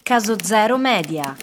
Caso Zero Media.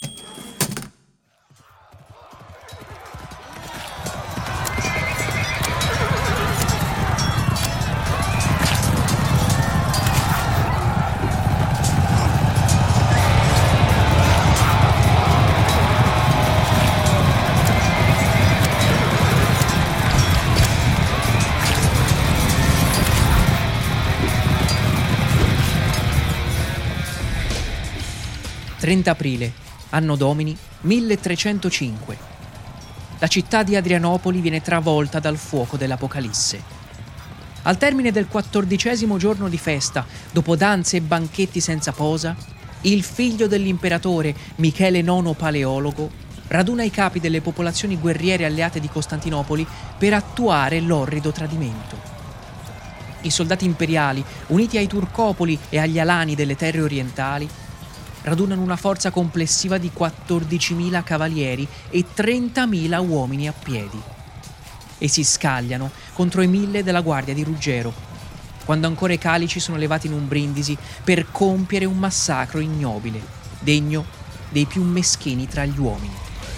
Aprile, anno domini 1305. La città di Adrianopoli viene travolta dal fuoco dell'Apocalisse. Al termine del 14° giorno di festa, dopo danze e banchetti senza posa, il figlio dell'imperatore Michele IX Paleologo raduna i capi delle popolazioni guerriere alleate di Costantinopoli per attuare l'orrido tradimento. I soldati imperiali, uniti ai turcopoli e agli alani delle terre orientali, radunano una forza complessiva di 14.000 cavalieri e 30.000 uomini a piedi e si scagliano contro i 1.000 della guardia di Ruggero, quando ancora i calici sono levati in un brindisi per compiere un massacro ignobile, degno dei più meschini tra gli uomini.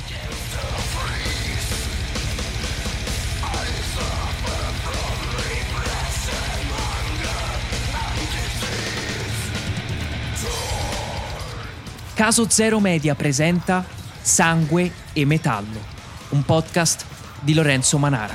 Caso Zero Media presenta Sangue e Metallo, un podcast di Lorenzo Manara.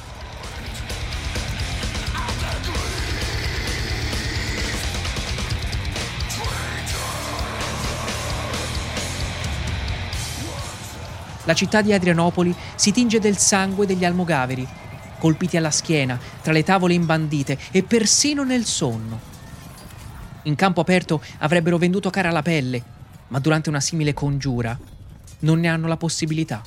La città di Adrianopoli si tinge del sangue degli almogaveri, colpiti alla schiena, tra le tavole imbandite e persino nel sonno. In campo aperto avrebbero venduto cara la pelle, ma durante una simile congiura non ne hanno la possibilità.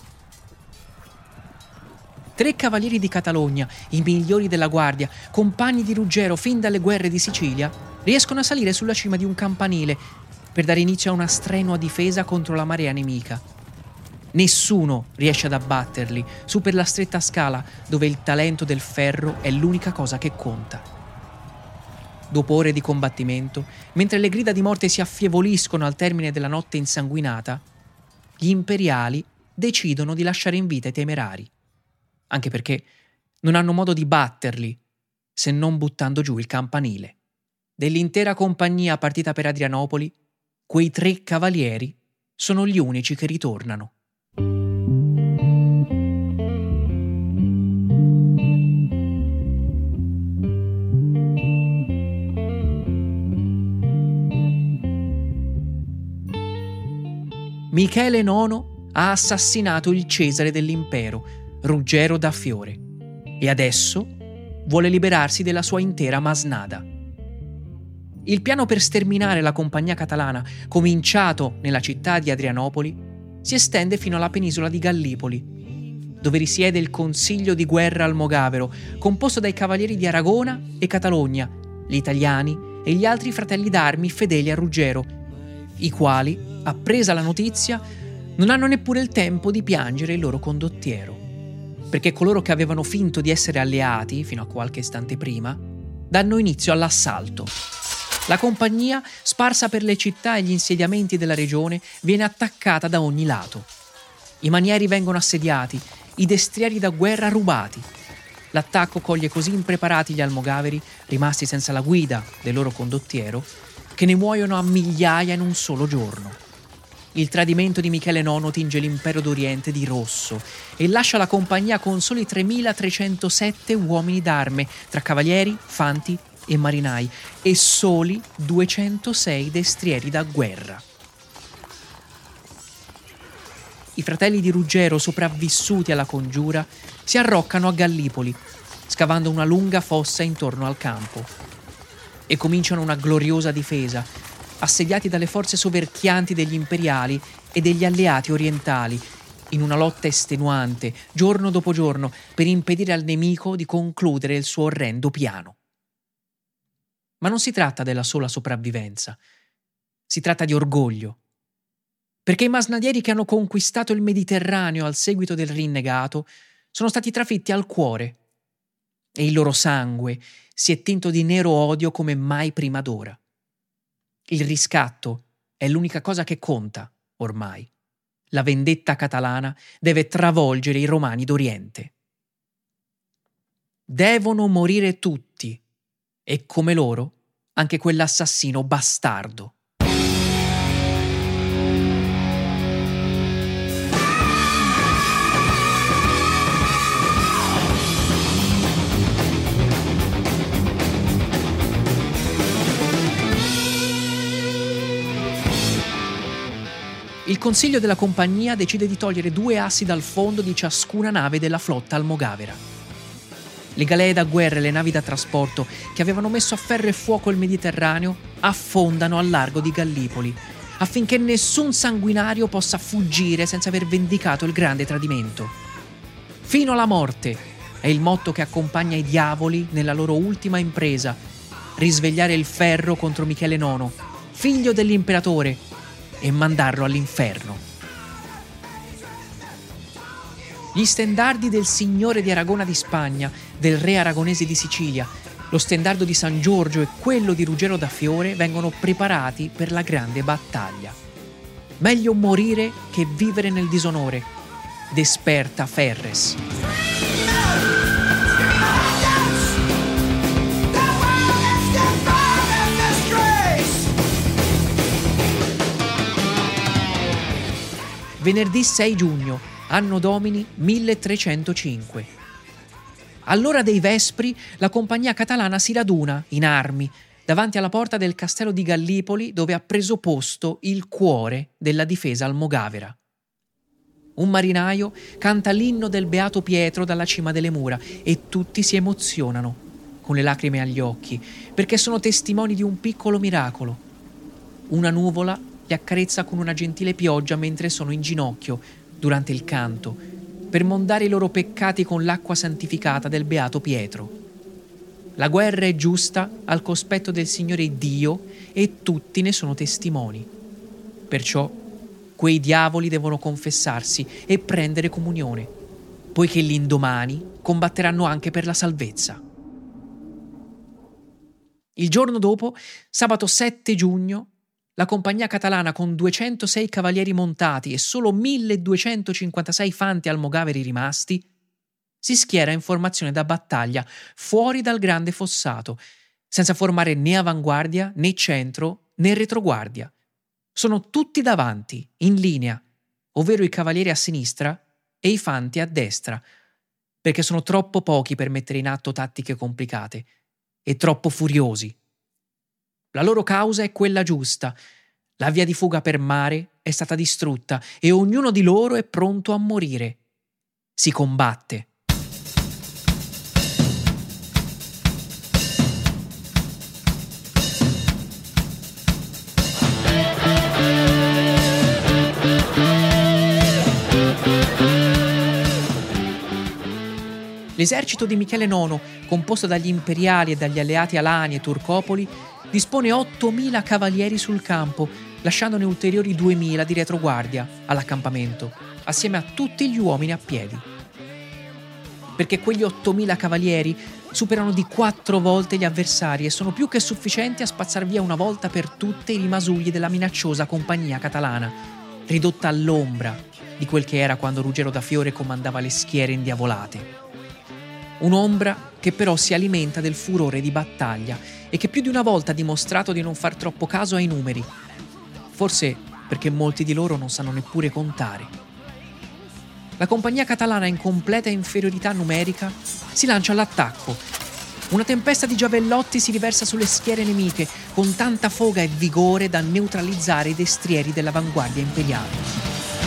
3 cavalieri di Catalogna, i migliori della guardia, compagni di Ruggero fin dalle guerre di Sicilia, riescono a salire sulla cima di un campanile per dare inizio a una strenua difesa contro la marea nemica. Nessuno riesce ad abbatterli su per la stretta scala dove il talento del ferro è l'unica cosa che conta. Dopo ore di combattimento, mentre le grida di morte si affievoliscono al termine della notte insanguinata, gli imperiali decidono di lasciare in vita i temerari, anche perché non hanno modo di batterli se non buttando giù il campanile. Dell'intera compagnia partita per Adrianopoli, quei 3 cavalieri sono gli unici che ritornano. Michele IX ha assassinato il Cesare dell'impero, Ruggero da Fiore, e adesso vuole liberarsi della sua intera masnada. Il piano per sterminare la compagnia catalana, cominciato nella città di Adrianopoli, si estende fino alla penisola di Gallipoli, dove risiede il Consiglio di guerra almogavero, composto dai cavalieri di Aragona e Catalogna, gli italiani e gli altri fratelli d'armi fedeli a Ruggero, i quali, appresa la notizia, non hanno neppure il tempo di piangere il loro condottiero, perché coloro che avevano finto di essere alleati, fino a qualche istante prima, danno inizio all'assalto. La compagnia, sparsa per le città e gli insediamenti della regione, viene attaccata da ogni lato. I manieri vengono assediati, i destrieri da guerra rubati. L'attacco coglie così impreparati gli almogaveri, rimasti senza la guida del loro condottiero, che ne muoiono a migliaia in un solo giorno. Il tradimento di Michele IX tinge l'impero d'Oriente di rosso e lascia la compagnia con soli 3.307 uomini d'arme, tra cavalieri, fanti e marinai, e soli 206 destrieri da guerra. I fratelli di Ruggero, sopravvissuti alla congiura, si arroccano a Gallipoli, scavando una lunga fossa intorno al campo, e cominciano una gloriosa difesa, assediati dalle forze soverchianti degli imperiali e degli alleati orientali, in una lotta estenuante, giorno dopo giorno, per impedire al nemico di concludere il suo orrendo piano. Ma non si tratta della sola sopravvivenza, si tratta di orgoglio, perché i masnadieri che hanno conquistato il Mediterraneo al seguito del rinnegato sono stati trafitti al cuore e il loro sangue si è tinto di nero odio come mai prima d'ora. Il riscatto è l'unica cosa che conta, ormai. La vendetta catalana deve travolgere i romani d'Oriente. Devono morire tutti, e come loro, anche quell'assassino bastardo. Il consiglio della compagnia decide di togliere 2 assi dal fondo di ciascuna nave della flotta almogavera. Le galee da guerra e le navi da trasporto che avevano messo a ferro e fuoco il Mediterraneo affondano al largo di Gallipoli, affinché nessun sanguinario possa fuggire senza aver vendicato il grande tradimento. Fino alla morte è il motto che accompagna i diavoli nella loro ultima impresa: risvegliare il ferro contro Michele IX, figlio dell'imperatore, e mandarlo all'inferno. Gli stendardi del signore di Aragona di Spagna, del re aragonese di Sicilia, lo stendardo di San Giorgio e quello di Ruggero da Fiore vengono preparati per la grande battaglia. Meglio morire che vivere nel disonore. Desperta Ferres. Venerdì 6 giugno, anno domini 1305. All'ora dei vespri, la compagnia catalana si raduna, in armi, davanti alla porta del castello di Gallipoli, dove ha preso posto il cuore della difesa almogavera. Un marinaio canta l'inno del Beato Pietro dalla cima delle mura e tutti si emozionano, con le lacrime agli occhi, perché sono testimoni di un piccolo miracolo. Una nuvola li accarezza con una gentile pioggia mentre sono in ginocchio durante il canto, per mondare i loro peccati con l'acqua santificata del Beato Pietro. La guerra è giusta al cospetto del Signore Dio e tutti ne sono testimoni. Perciò quei diavoli devono confessarsi e prendere comunione, poiché l'indomani combatteranno anche per la salvezza. Il giorno dopo, sabato 7 giugno, la compagnia catalana, con 206 cavalieri montati e solo 1256 fanti almogaveri rimasti, si schiera in formazione da battaglia fuori dal grande fossato, senza formare né avanguardia, né centro, né retroguardia. Sono tutti davanti, in linea, ovvero i cavalieri a sinistra e i fanti a destra, perché sono troppo pochi per mettere in atto tattiche complicate e troppo furiosi. La loro causa è quella giusta. La via di fuga per mare è stata distrutta e ognuno di loro è pronto a morire. Si combatte. L'esercito di Michele IX, composto dagli imperiali e dagli alleati Alani e Turcopoli, dispone 8.000 cavalieri sul campo, lasciandone ulteriori 2.000 di retroguardia all'accampamento, assieme a tutti gli uomini a piedi. Perché quegli 8.000 cavalieri superano di 4 volte gli avversari e sono più che sufficienti a spazzar via una volta per tutte i rimasugli della minacciosa compagnia catalana, ridotta all'ombra di quel che era quando Ruggero da Fiore comandava le schiere indiavolate. Un'ombra che però si alimenta del furore di battaglia e che più di una volta ha dimostrato di non far troppo caso ai numeri, forse perché molti di loro non sanno neppure contare. La compagnia catalana, in completa inferiorità numerica, si lancia all'attacco. Una tempesta di giavellotti si riversa sulle schiere nemiche con tanta foga e vigore da neutralizzare i destrieri dell'avanguardia imperiale.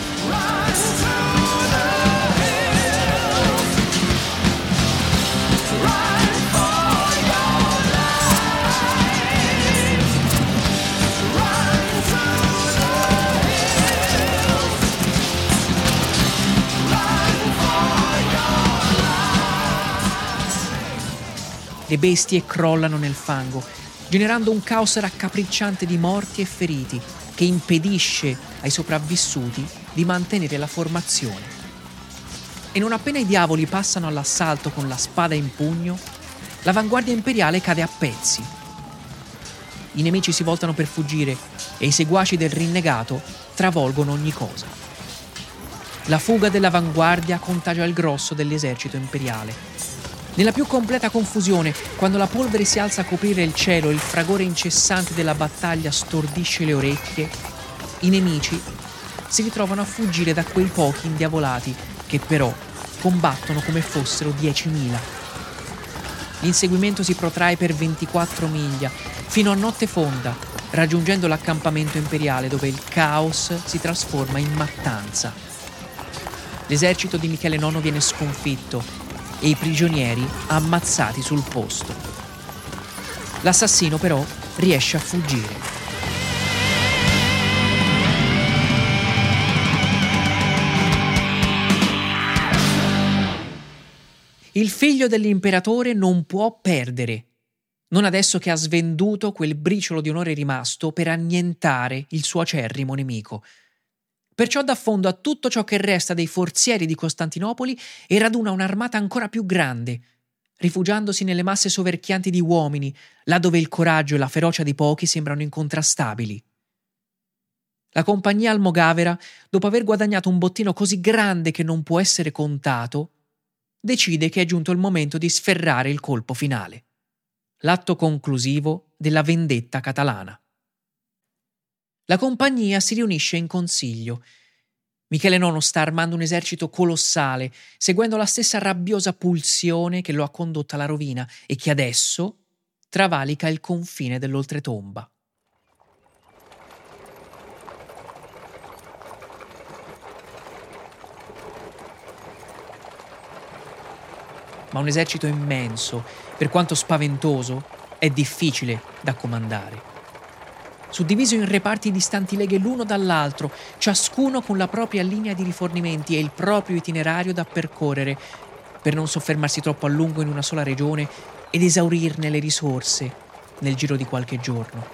Le bestie crollano nel fango, generando un caos raccapricciante di morti e feriti che impedisce ai sopravvissuti di mantenere la formazione. E non appena i diavoli passano all'assalto con la spada in pugno, l'avanguardia imperiale cade a pezzi. I nemici si voltano per fuggire e i seguaci del rinnegato travolgono ogni cosa. La fuga dell'avanguardia contagia il grosso dell'esercito imperiale. Nella più completa confusione, quando la polvere si alza a coprire il cielo e il fragore incessante della battaglia stordisce le orecchie, i nemici si ritrovano a fuggire da quei pochi indiavolati che però combattono come fossero 10.000. L'inseguimento si protrae per 24 miglia, fino a notte fonda, raggiungendo l'accampamento imperiale dove il caos si trasforma in mattanza. L'esercito di Michele IX viene sconfitto e i prigionieri ammazzati sul posto. L'assassino però riesce a fuggire. Il figlio dell'imperatore non può perdere, non adesso che ha svenduto quel briciolo di onore rimasto per annientare il suo acerrimo nemico. Perciò dà fondo a tutto ciò che resta dei forzieri di Costantinopoli e raduna un'armata ancora più grande, rifugiandosi nelle masse soverchianti di uomini, là dove il coraggio e la ferocia di pochi sembrano incontrastabili. La compagnia almogavera, dopo aver guadagnato un bottino così grande che non può essere contato, decide che è giunto il momento di sferrare il colpo finale, l'atto conclusivo della vendetta catalana. La compagnia si riunisce in consiglio. Michele IX sta armando un esercito colossale, seguendo la stessa rabbiosa pulsione che lo ha condotto alla rovina e che adesso travalica il confine dell'oltretomba. Ma un esercito immenso, per quanto spaventoso, è difficile da comandare. Suddiviso in reparti distanti leghe l'uno dall'altro, ciascuno con la propria linea di rifornimenti e il proprio itinerario da percorrere, per non soffermarsi troppo a lungo in una sola regione ed esaurirne le risorse nel giro di qualche giorno.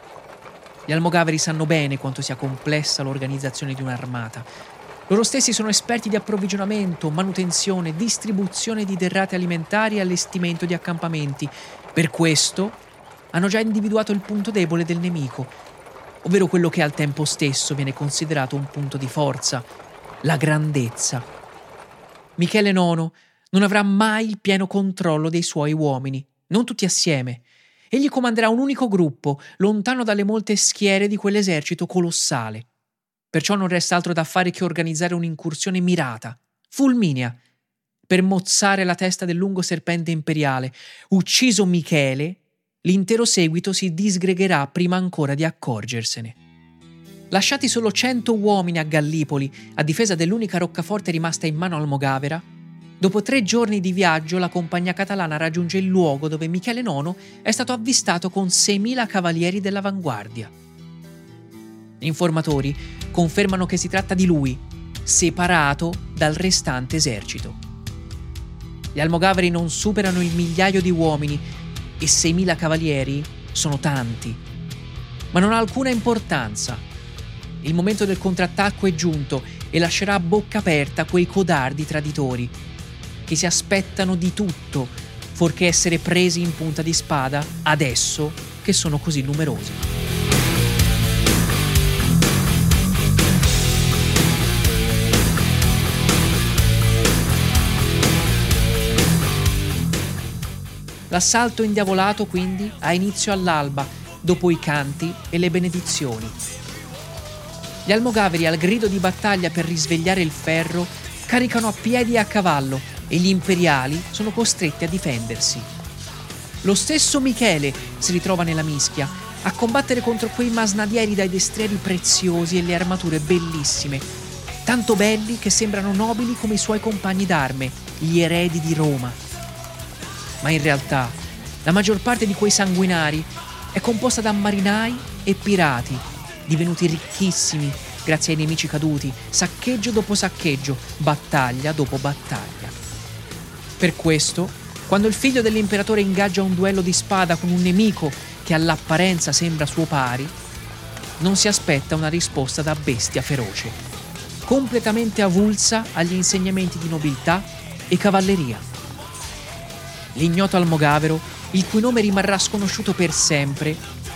Gli almogaveri sanno bene quanto sia complessa l'organizzazione di un'armata. Loro stessi sono esperti di approvvigionamento, manutenzione, distribuzione di derrate alimentari e allestimento di accampamenti. Per questo hanno già individuato il punto debole del nemico, ovvero quello che al tempo stesso viene considerato un punto di forza, la grandezza. Michele IX non avrà mai il pieno controllo dei suoi uomini, non tutti assieme. Egli comanderà un unico gruppo, lontano dalle molte schiere di quell'esercito colossale. Perciò non resta altro da fare che organizzare un'incursione mirata, fulminea, per mozzare la testa del lungo serpente imperiale. Ucciso Michele, l'intero seguito si disgregherà prima ancora di accorgersene. Lasciati solo 100 uomini a Gallipoli, a difesa dell'unica roccaforte rimasta in mano almogavera, dopo 3 giorni di viaggio la compagnia catalana raggiunge il luogo dove Michele IX è stato avvistato con 6.000 cavalieri dell'avanguardia. Gli informatori confermano che si tratta di lui, separato dal restante esercito. Gli almogaveri non superano il 1.000.000 di uomini e 6.000 cavalieri sono tanti. Ma non ha alcuna importanza. Il momento del contrattacco è giunto e lascerà a bocca aperta quei codardi traditori che si aspettano di tutto fuorché essere presi in punta di spada adesso che sono così numerosi. L'assalto indiavolato quindi ha inizio all'alba, dopo i canti e le benedizioni. Gli almogaveri, al grido di battaglia per risvegliare il ferro, caricano a piedi e a cavallo e gli imperiali sono costretti a difendersi. Lo stesso Michele si ritrova nella mischia a combattere contro quei masnadieri dai destrieri preziosi e le armature bellissime, tanto belli che sembrano nobili come i suoi compagni d'arme, gli eredi di Roma. Ma in realtà la maggior parte di quei sanguinari è composta da marinai e pirati, divenuti ricchissimi grazie ai nemici caduti, saccheggio dopo saccheggio, battaglia dopo battaglia. Per questo, quando il figlio dell'imperatore ingaggia un duello di spada con un nemico che all'apparenza sembra suo pari, non si aspetta una risposta da bestia feroce, completamente avulsa agli insegnamenti di nobiltà e cavalleria. L'ignoto almogavero, il cui nome rimarrà sconosciuto per sempre,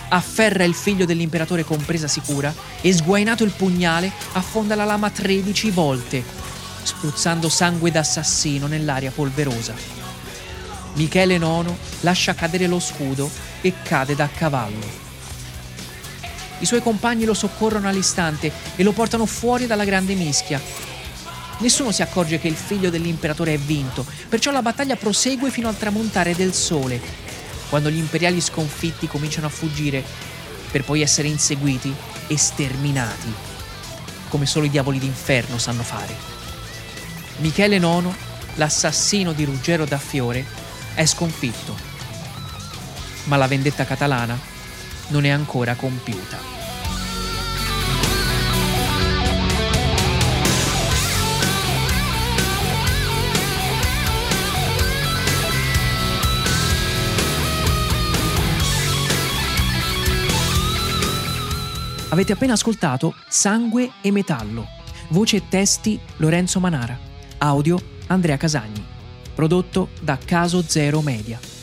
afferra il figlio dell'imperatore con presa sicura e, sguainato il pugnale, affonda la lama 13 volte, spruzzando sangue d'assassino nell'aria polverosa. Michele IX lascia cadere lo scudo e cade da cavallo. I suoi compagni lo soccorrono all'istante e lo portano fuori dalla grande mischia. Nessuno si accorge che il figlio dell'imperatore è vinto, perciò la battaglia prosegue fino al tramontare del sole, quando gli imperiali sconfitti cominciano a fuggire, per poi essere inseguiti e sterminati, come solo i diavoli d'inferno sanno fare. Michele IX, l'assassino di Ruggero da Fiore, è sconfitto, ma la vendetta catalana non è ancora compiuta. Avete appena ascoltato Sangue e Metallo. Voce e testi Lorenzo Manara. Audio Andrea Casagni. Prodotto da Caso Zero Media.